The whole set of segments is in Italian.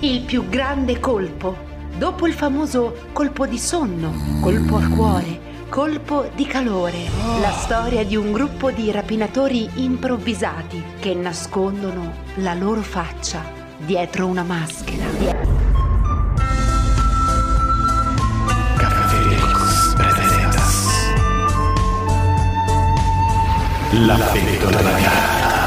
Il più grande colpo, dopo il famoso colpo di sonno, colpo al cuore, colpo di calore. La storia di un gruppo di rapinatori improvvisati che nascondono la loro faccia dietro una maschera. Cafetericus presentas La Pentola della Carta.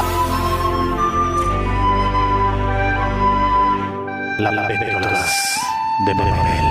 La Pentola de Babel.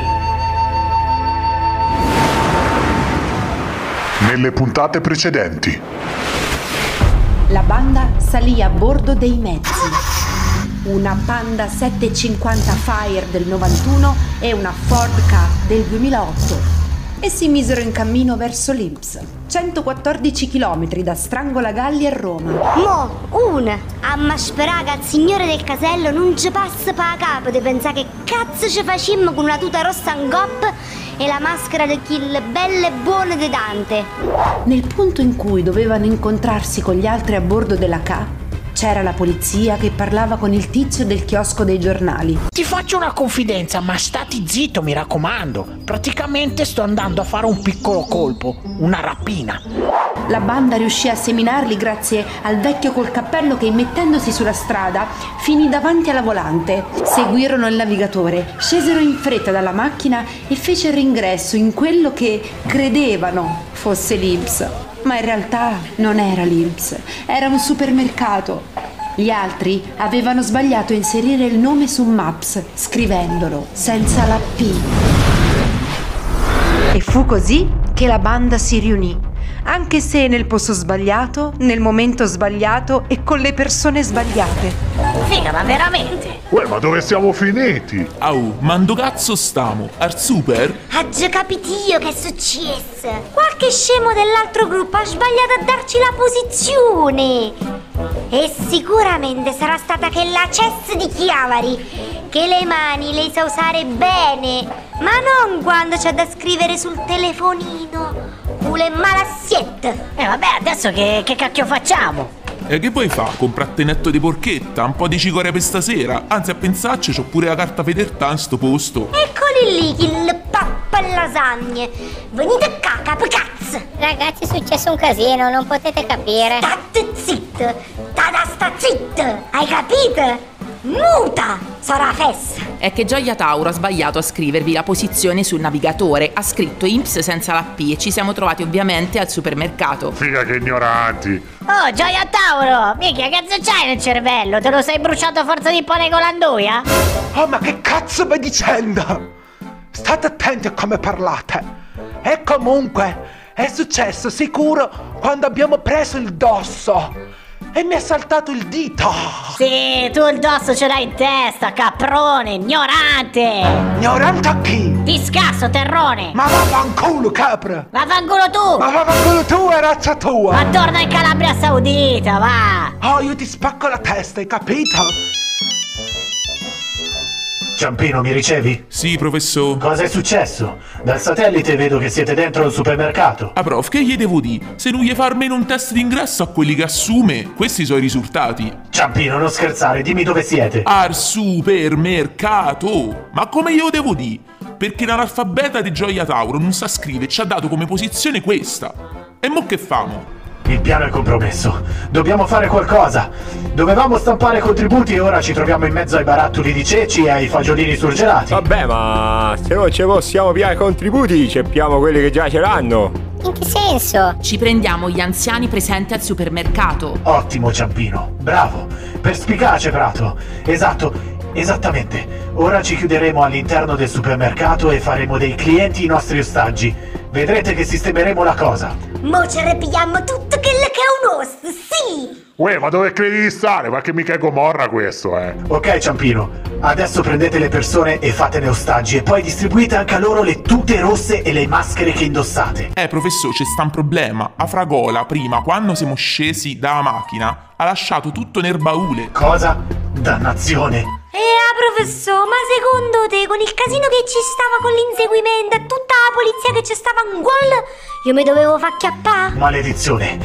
Nelle puntate precedenti. La banda salì a bordo dei mezzi. Una Panda 750 Fire del 91 e una Ford Ka del 2008 e si misero in cammino verso l'Inps. 114 km da Strangolagalli a Roma. Amma speraga al signore del casello non ci passa pa capo di pensare che cazzo ci facemmo con una tuta rossa in gop e la maschera di kill belle e buone di Dante. Nel punto in cui dovevano incontrarsi con gli altri a bordo della Ka, c'era la polizia che parlava con il tizio del chiosco dei giornali. Ti faccio una confidenza, ma stati zitto, mi raccomando. Praticamente sto andando a fare un piccolo colpo, una rapina. La banda riuscì a seminarli grazie al vecchio col cappello che, immettendosi sulla strada, finì davanti alla volante. Seguirono il navigatore, scesero in fretta dalla macchina e fecero ingresso in quello che credevano fosse l'Inps. Ma in realtà non era l'Inps, era un supermercato. Gli altri avevano sbagliato a inserire il nome su Maps, scrivendolo senza la P. E fu così che la banda si riunì, anche se nel posto sbagliato, nel momento sbagliato e con le persone sbagliate. Figa, ma veramente? Uè, ma dove siamo finiti? Au, ma dove cazzo stiamo? Al super? Ha già capito io che è successo. Qualche scemo dell'altro gruppo ha sbagliato a darci la posizione. E sicuramente sarà stata che la Cess di Chiavari, che le mani le sa usare bene, ma non quando c'è da scrivere sul telefonino. Le malassiette. Vabbè, adesso che cacchio facciamo? E che vuoi fa? Comprate netto di porchetta, un po' di cicoria per stasera. Anzi, a pensarci, c'ho pure la carta fedeltà in sto posto. Eccoli lì, il pappa e lasagne. Venite qua, capocazzo. Ragazzi, è successo un casino, non potete capire. State zitto, sta zitto, hai capito? Muta, sarà fessa. È che Gioia Tauro ha sbagliato a scrivervi la posizione sul navigatore. Ha scritto Inps senza la P e ci siamo trovati ovviamente al supermercato. Figa che ignoranti. Oh, Gioia Tauro! Minchia, cazzo c'hai nel cervello? Te lo sei bruciato a forza di pane con l'anduia? Oh, ma che cazzo mi dicendo? State attenti a come parlate. E comunque, è successo sicuro quando abbiamo preso il dosso. E mi è saltato il dito. Sì, tu il dosso ce l'hai in testa, caprone, ignorante. Ignorante a chi? Ti scasso, terrone. Ma vaffanculo, capra. Vaffanculo tu. Ma vaffanculo tu e razza tua. Ma torna in Calabria Saudita, va. Oh, io ti spacco la testa, hai capito? Ciampino, mi ricevi? Sì, professore. Cosa è successo? Dal satellite vedo che siete dentro un supermercato. Ah, prof, che gli devo dire? Se non gli fa almeno un test d'ingresso a quelli che assume, questi sono i risultati. Ciampino, non scherzare, dimmi dove siete. Al supermercato! Ma come glielo devo dire? Perché l'analfabeta di Gioia Tauro non sa scrivere e ci ha dato come posizione questa. E mo che famo? Il piano è compromesso. Dobbiamo fare qualcosa. Dovevamo stampare contributi e ora ci troviamo in mezzo ai barattoli di ceci e ai fagiolini surgelati. Vabbè, ma se non ci possiamo piare contributi, ceppiamo quelli che già ce l'hanno. In che senso? Ci prendiamo gli anziani presenti al supermercato. Ottimo, Ciampino. Bravo. Perspicace, Prato. Esatto. Esattamente. Ora ci chiuderemo all'interno del supermercato e faremo dei clienti i nostri ostaggi. Vedrete che sistemeremo la cosa. Mo ci ripigliamo tutto quello che è un host, sì! Uè, ma dove credi di stare? Ma che mica è Gomorra questo, eh? Ok, Ciampino. Adesso prendete le persone e fatene ostaggi e poi distribuite anche a loro le tute rosse e le maschere che indossate. Professore, c'è sta un problema. A Fragola, prima, quando siamo scesi dalla macchina, ha lasciato tutto nel baule. Cosa? Dannazione. Professore, ma secondo te con il casino che ci stava con l'inseguimento e tutta la polizia che ci stava in gol, io mi dovevo far chiappare? Maledizione.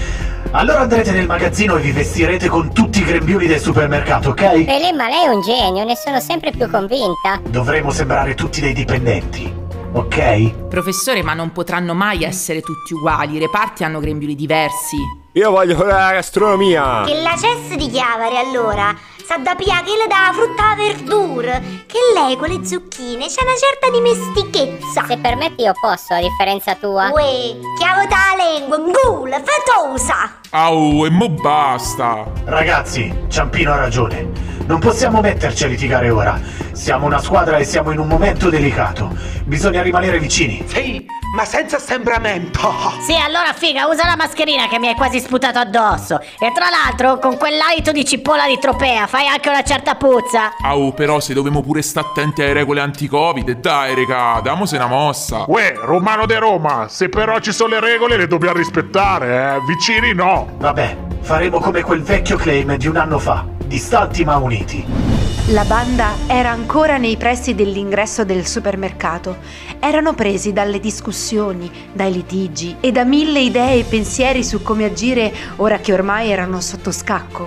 Allora andrete nel magazzino e vi vestirete con tutti i grembiuli del supermercato, ok? Ma lei è un genio, ne sono sempre più convinta. Dovremo sembrare tutti dei dipendenti, ok? Professore, ma non potranno mai essere tutti uguali, i reparti hanno grembiuli diversi. Io voglio quella della gastronomia. Che la Cess di Chiavari allora sa da pia che le dà frutta a verdura, che lei con le zucchine c'ha una certa dimestichezza. Se permetti io posso, a differenza tua. Uè, chiavo la lingua, ngula, fatosa. Au, e mo basta. Ragazzi, Ciampino ha ragione. Non possiamo metterci a litigare ora. Siamo una squadra e siamo in un momento delicato. Bisogna rimanere vicini. Sì, ma senza assembramento. Sì, allora figa, usa la mascherina che mi hai quasi sputato addosso. E tra l'altro, con quell'alito di cipolla di Tropea, fai anche una certa puzza. Au, però se dobbiamo pure stare attenti alle regole anti-covid, dai regà, damose una mossa. Uè, romano de Roma, se però ci sono le regole le dobbiamo rispettare, vicini no. Vabbè, faremo come quel vecchio claim di un anno fa, distanti ma uniti. La banda era ancora nei pressi dell'ingresso del supermercato. Erano presi dalle discussioni, dai litigi e da 1000 idee e pensieri su come agire ora che ormai erano sotto scacco.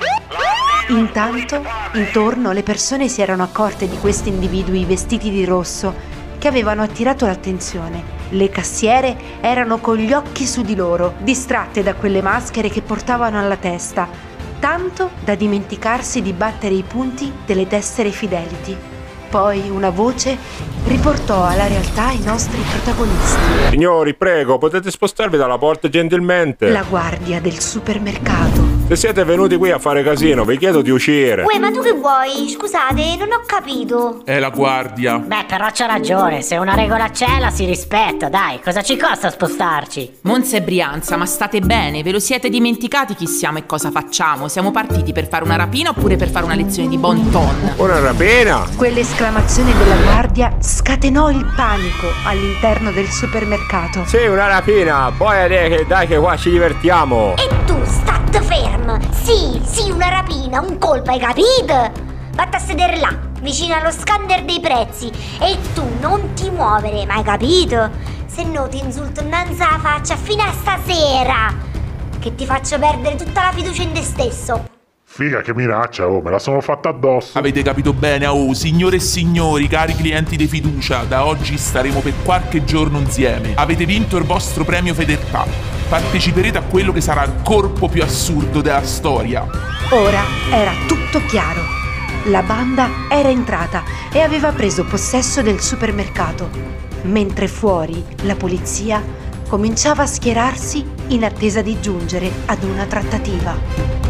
Intanto, intorno, le persone si erano accorte di questi individui vestiti di rosso che avevano attirato l'attenzione. Le cassiere erano con gli occhi su di loro, distratte da quelle maschere che portavano alla testa, tanto da dimenticarsi di battere i punti delle tessere Fidelity. Poi una voce riportò alla realtà i nostri protagonisti. Signori, prego, potete spostarvi dalla porta gentilmente. La guardia del supermercato. Se siete venuti qui a fare casino, vi chiedo di uscire. Uè, ma tu che vuoi? Scusate, non ho capito. È la guardia. Beh, però c'ha ragione, se una regola c'è la si rispetta, dai, cosa ci costa spostarci? Monza e Brianza, ma state bene? Ve lo siete dimenticati chi siamo e cosa facciamo? Siamo partiti per fare una rapina oppure per fare una lezione di bon ton? Una rapina? Quell'esclamazione della guardia scatenò il panico all'interno del supermercato. Sì, una rapina, poi dai che qua ci divertiamo. E tu, state fermo. Sì, una rapina, un colpo, hai capito? Vatti a sedere là, vicino allo scanner dei prezzi. E tu non ti muovere, ma hai capito? Se no ti insulto innanzi alla faccia fino a stasera, che ti faccio perdere tutta la fiducia in te stesso. Figa che minaccia, oh, me la sono fatta addosso. Avete capito bene, oh, signore e signori, cari clienti di fiducia, da oggi staremo per qualche giorno insieme. Avete vinto il vostro premio fedeltà. Parteciperete a quello che sarà il corpo più assurdo della storia. Ora era tutto chiaro. La banda era entrata e aveva preso possesso del supermercato, mentre fuori la polizia cominciava a schierarsi in attesa di giungere ad una trattativa.